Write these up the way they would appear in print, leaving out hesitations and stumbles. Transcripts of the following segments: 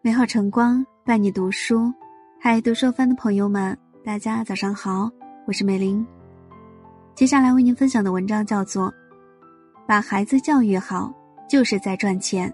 美好晨光伴你读书。嗨，读书番的朋友们，大家早上好，我是美玲。接下来为您分享的文章叫做把孩子教育好就是在赚钱。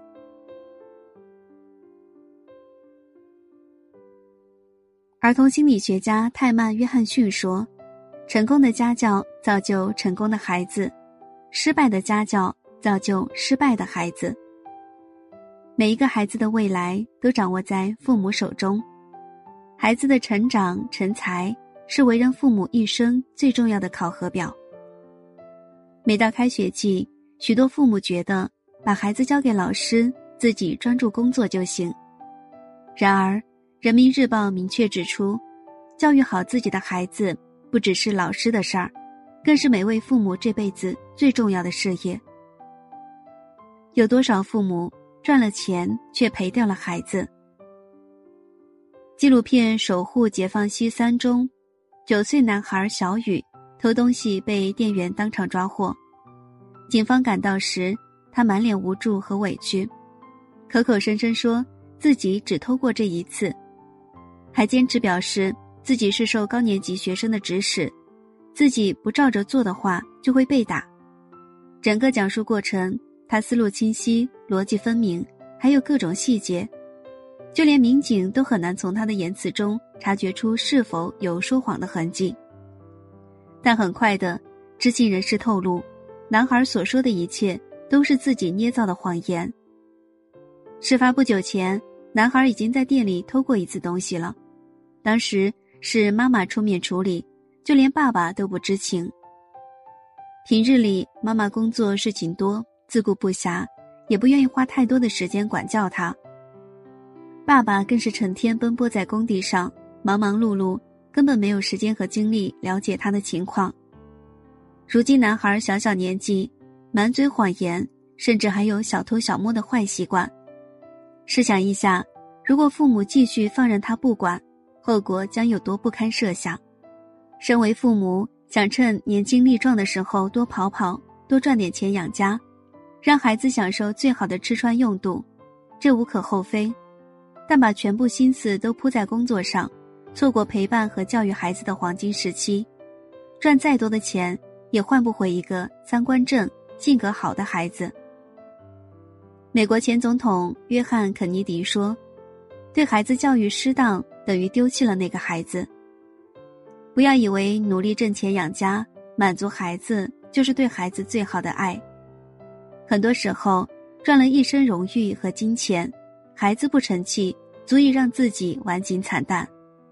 儿童心理学家泰曼·约翰逊说，成功的家教造就成功的孩子，失败的家教造就失败的孩子。每一个孩子的未来都掌握在父母手中，孩子的成长成才是为人父母一生最重要的考核表。每到开学季，许多父母觉得把孩子交给老师，自己专注工作就行。然而人民日报明确指出，教育好自己的孩子不只是老师的事儿，更是每位父母这辈子最重要的事业。有多少父母赚了钱却赔掉了孩子？纪录片《守护解放西3》中，9岁男孩小雨偷东西被店员当场抓获。警方赶到时，他满脸无助和委屈，口口声声说自己只偷过这一次，还坚持表示自己是受高年级学生的指使，自己不照着做的话就会被打。整个讲述过程，他思路清晰，逻辑分明，还有各种细节，就连民警都很难从他的言辞中察觉出是否有说谎的痕迹。但很快的，知情人士透露，男孩所说的一切都是自己捏造的谎言。事发不久前，男孩已经在店里偷过一次东西了，当时是妈妈出面处理，就连爸爸都不知情。平日里妈妈工作事情多，自顾不暇，也不愿意花太多的时间管教他。爸爸更是成天奔波在工地上，忙忙碌碌，根本没有时间和精力了解他的情况。如今男孩小小年纪，满嘴谎言，甚至还有小偷小摸的坏习惯。试想一下，如果父母继续放任他不管，后果将有多不堪设想。身为父母，想趁年轻力壮的时候多跑跑，多赚点钱养家，让孩子享受最好的吃穿用度，这无可厚非。但把全部心思都扑在工作上，错过陪伴和教育孩子的黄金时期，赚再多的钱也换不回一个三观正、性格好的孩子。美国前总统约翰·肯尼迪说，对孩子教育失当等于丢弃了那个孩子。不要以为努力挣钱养家，满足孩子就是对孩子最好的爱。很多时候，赚了一身荣誉和金钱，孩子不成器，足以让自己晚景惨淡。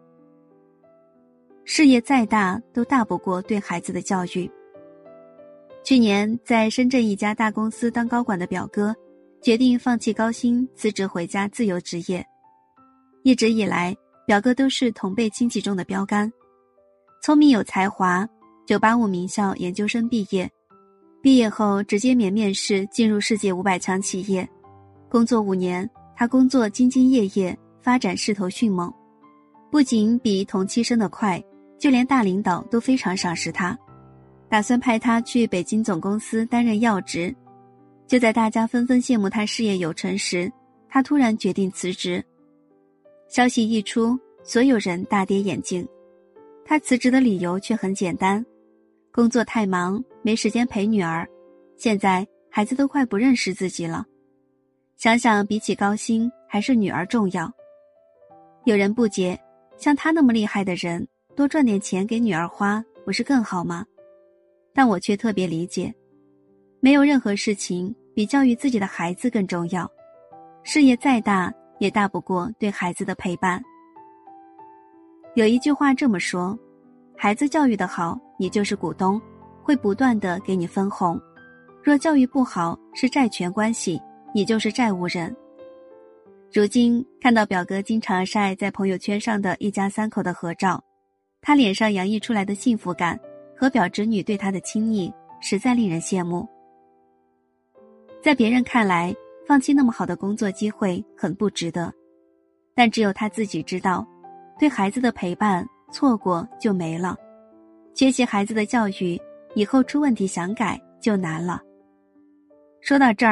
事业再大，都大不过对孩子的教育。去年在深圳一家大公司当高管的表哥，决定放弃高薪，辞职回家自由职业。一直以来，表哥都是同辈亲戚中的标杆，聪明有才华，985名校研究生毕业，毕业后直接免面试进入世界500强企业，工作5年，他工作兢兢业业，发展势头迅猛，不仅比同期升得快，就连大领导都非常赏识他，打算派他去北京总公司担任要职。就在大家纷纷羡慕他事业有成时，他突然决定辞职。消息一出，所有人大跌眼镜。他辞职的理由却很简单，工作太忙，没时间陪女儿，现在孩子都快不认识自己了，想想比起高薪，还是女儿重要。有人不解，像他那么厉害的人，多赚点钱给女儿花，不是更好吗？但我却特别理解，没有任何事情比教育自己的孩子更重要，事业再大，也大不过对孩子的陪伴。有一句话这么说，孩子教育得好，你就是股东，会不断地给你分红；若教育不好，是债权关系，你就是债务人。如今看到表哥经常晒在朋友圈上的一家3口的合照，他脸上洋溢出来的幸福感和表侄女对他的亲昵，实在令人羡慕。在别人看来，放弃那么好的工作机会很不值得，但只有他自己知道，对孩子的陪伴错过就没了，缺席孩子的教育，以后出问题想改就难了。说到这儿，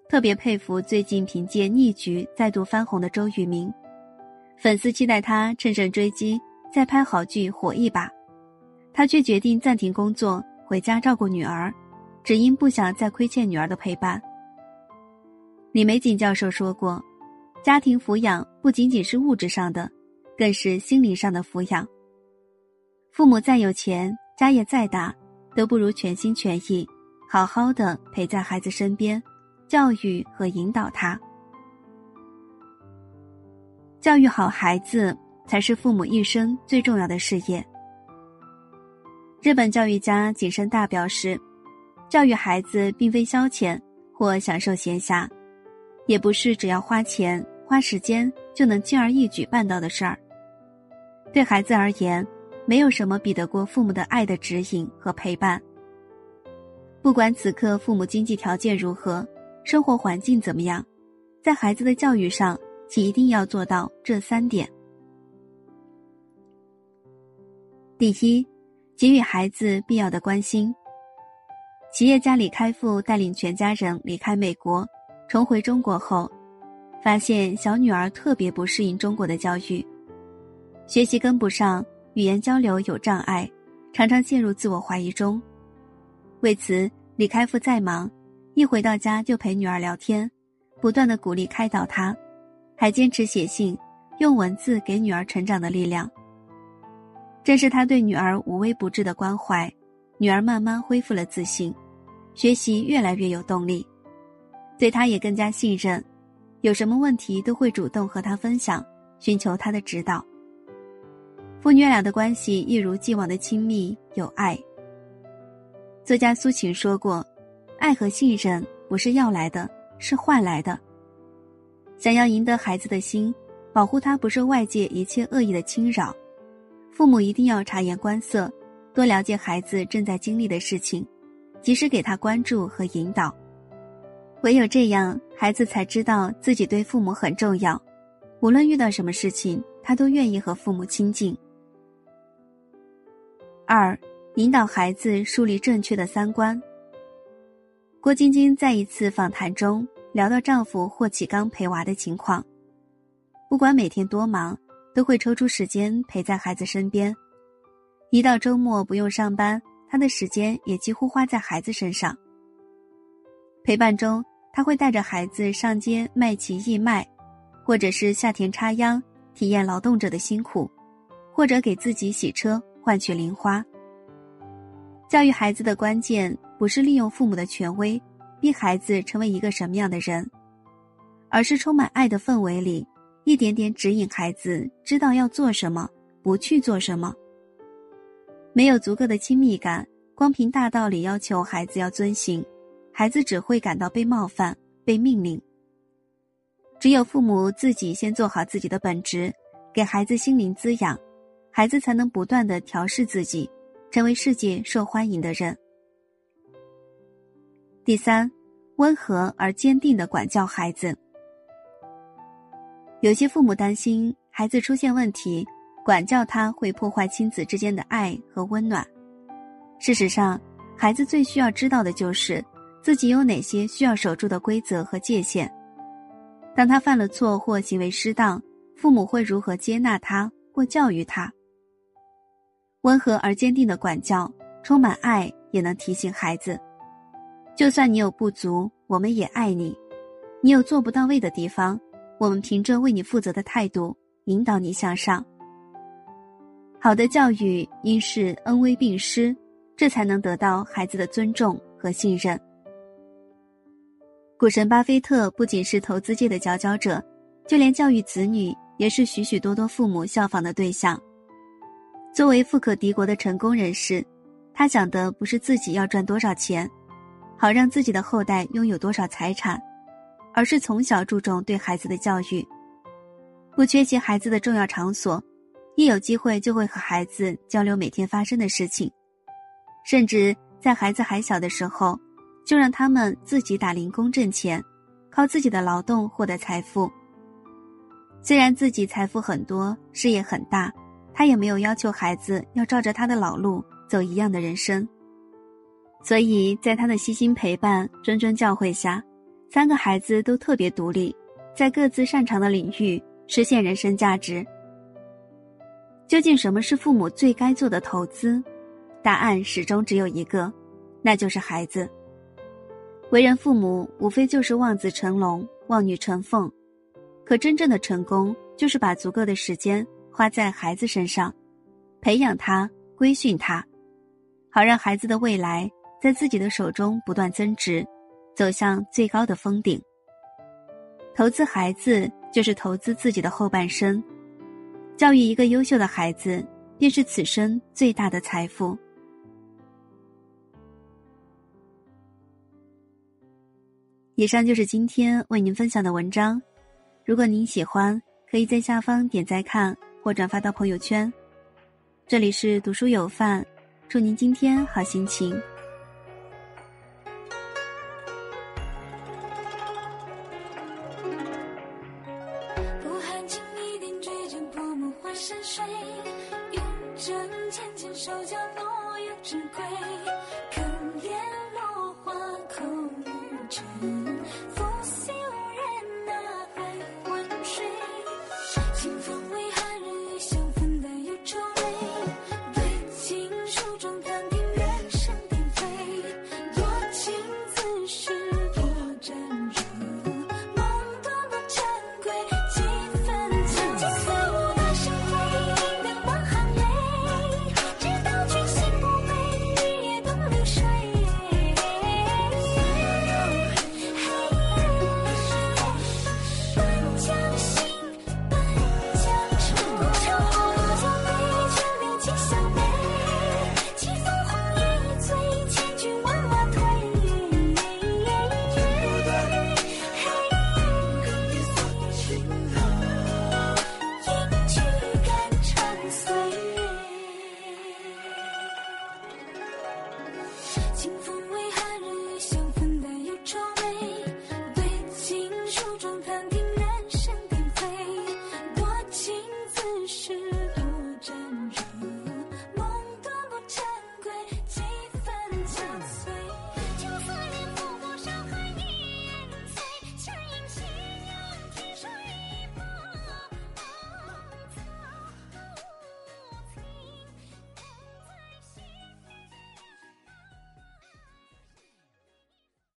特别佩服最近凭借逆局再度翻红的周渝民，粉丝期待他乘胜追击，再拍好剧火一把，他却决定暂停工作，回家照顾女儿，只因不想再亏欠女儿的陪伴。李玫瑾教授说过，家庭抚养不仅仅是物质上的，更是心灵上的抚养。父母再有钱，家业再大，都不如全心全意好好的陪在孩子身边，教育和引导他。教育好孩子才是父母一生最重要的事业。日本教育家井深大表示，教育孩子并非消遣或享受闲暇，也不是只要花钱花时间就能轻而易举办到的事儿。对孩子而言，没有什么比得过父母的爱的指引和陪伴。不管此刻父母经济条件如何，生活环境怎么样，在孩子的教育上，其一定要做到这3点。第一，给予孩子必要的关心。企业家李开复带领全家人离开美国，重回中国后，发现小女儿特别不适应中国的教育，学习跟不上，语言交流有障碍，常常陷入自我怀疑中。为此，李开复再忙，一回到家就陪女儿聊天，不断地鼓励开导她，还坚持写信，用文字给女儿成长的力量。正是他对女儿无微不至的关怀，女儿慢慢恢复了自信，学习越来越有动力，对他也更加信任，有什么问题都会主动和他分享，寻求他的指导。父女俩的关系一如既往的亲密有爱。作家苏秦说过，爱和信任不是要来的，是换来的。想要赢得孩子的心，保护他不是外界一切恶意的侵扰，父母一定要察言观色，多了解孩子正在经历的事情，及时给他关注和引导。唯有这样，孩子才知道自己对父母很重要，无论遇到什么事情，他都愿意和父母亲近。2. 引导孩子树立正确的3观。郭晶晶在一次访谈中聊到丈夫霍启刚陪娃的情况，不管每天多忙，都会抽出时间陪在孩子身边。一到周末不用上班，他的时间也几乎花在孩子身上。陪伴中，他会带着孩子上街卖旗义卖，或者是下田插秧，体验劳动者的辛苦，或者给自己洗车换取零花。教育孩子的关键不是利用父母的权威逼孩子成为一个什么样的人，而是充满爱的氛围里，一点点指引孩子知道要做什么，不去做什么。没有足够的亲密感，光凭大道理要求孩子要遵行，孩子只会感到被冒犯，被命令。只有父母自己先做好自己的本职，给孩子心灵滋养，孩子才能不断地调试自己，成为世界受欢迎的人。第3，温和而坚定地管教孩子。有些父母担心孩子出现问题，管教他会破坏亲子之间的爱和温暖。事实上，孩子最需要知道的就是自己有哪些需要守住的规则和界限。当他犯了错或行为失当，父母会如何接纳他或教育他。温和而坚定的管教，充满爱，也能提醒孩子，就算你有不足，我们也爱你；你有做不到位的地方，我们凭着为你负责的态度，引导你向上。好的教育应是恩威并施，这才能得到孩子的尊重和信任。股神巴菲特不仅是投资界的佼佼者，就连教育子女也是许许多多父母效仿的对象。作为富可敌国的成功人士，他想的不是自己要赚多少钱，好让自己的后代拥有多少财产，而是从小注重对孩子的教育，不缺席孩子的重要场所，一有机会就会和孩子交流每天发生的事情，甚至在孩子还小的时候，就让他们自己打零工挣钱，靠自己的劳动获得财富。虽然自己财富很多，事业很大，他也没有要求孩子要照着他的老路走一样的人生。所以在他的悉心陪伴、谆谆教诲下， 3个孩子都特别独立，在各自擅长的领域实现人生价值。究竟什么是父母最该做的投资？答案始终只有一个，那就是孩子。为人父母无非就是望子成龙，望女成凤，可真正的成功就是把足够的时间花在孩子身上，培养他，规训他，好让孩子的未来在自己的手中不断增值，走向最高的峰顶。投资孩子就是投资自己的后半生，教育一个优秀的孩子便是此生最大的财富。以上就是今天为您分享的文章，如果您喜欢，可以在下方点赞看或转发到朋友圈。这里是读书有范，祝您今天好心情。 不含情一点追着泼墨画山水，用针浅浅手脚落叶之归，可怜落花口欲成，复习无人哪还浑水，清风为寒日与香氛带有皱眉，对镜梳妆谈定人声颠飞，多情自是多沾惹，梦多么珍贵，几分情几岁无大声回应的望含泪，直到君心不美，日夜动流水，半将心半将愁，多娇美却留情小妹，几分红颜一醉，千军万马退，应去肝肠碎。清风为寒日与香氛带有皱眉，对镜梳妆谈定人声颠飞，多情自是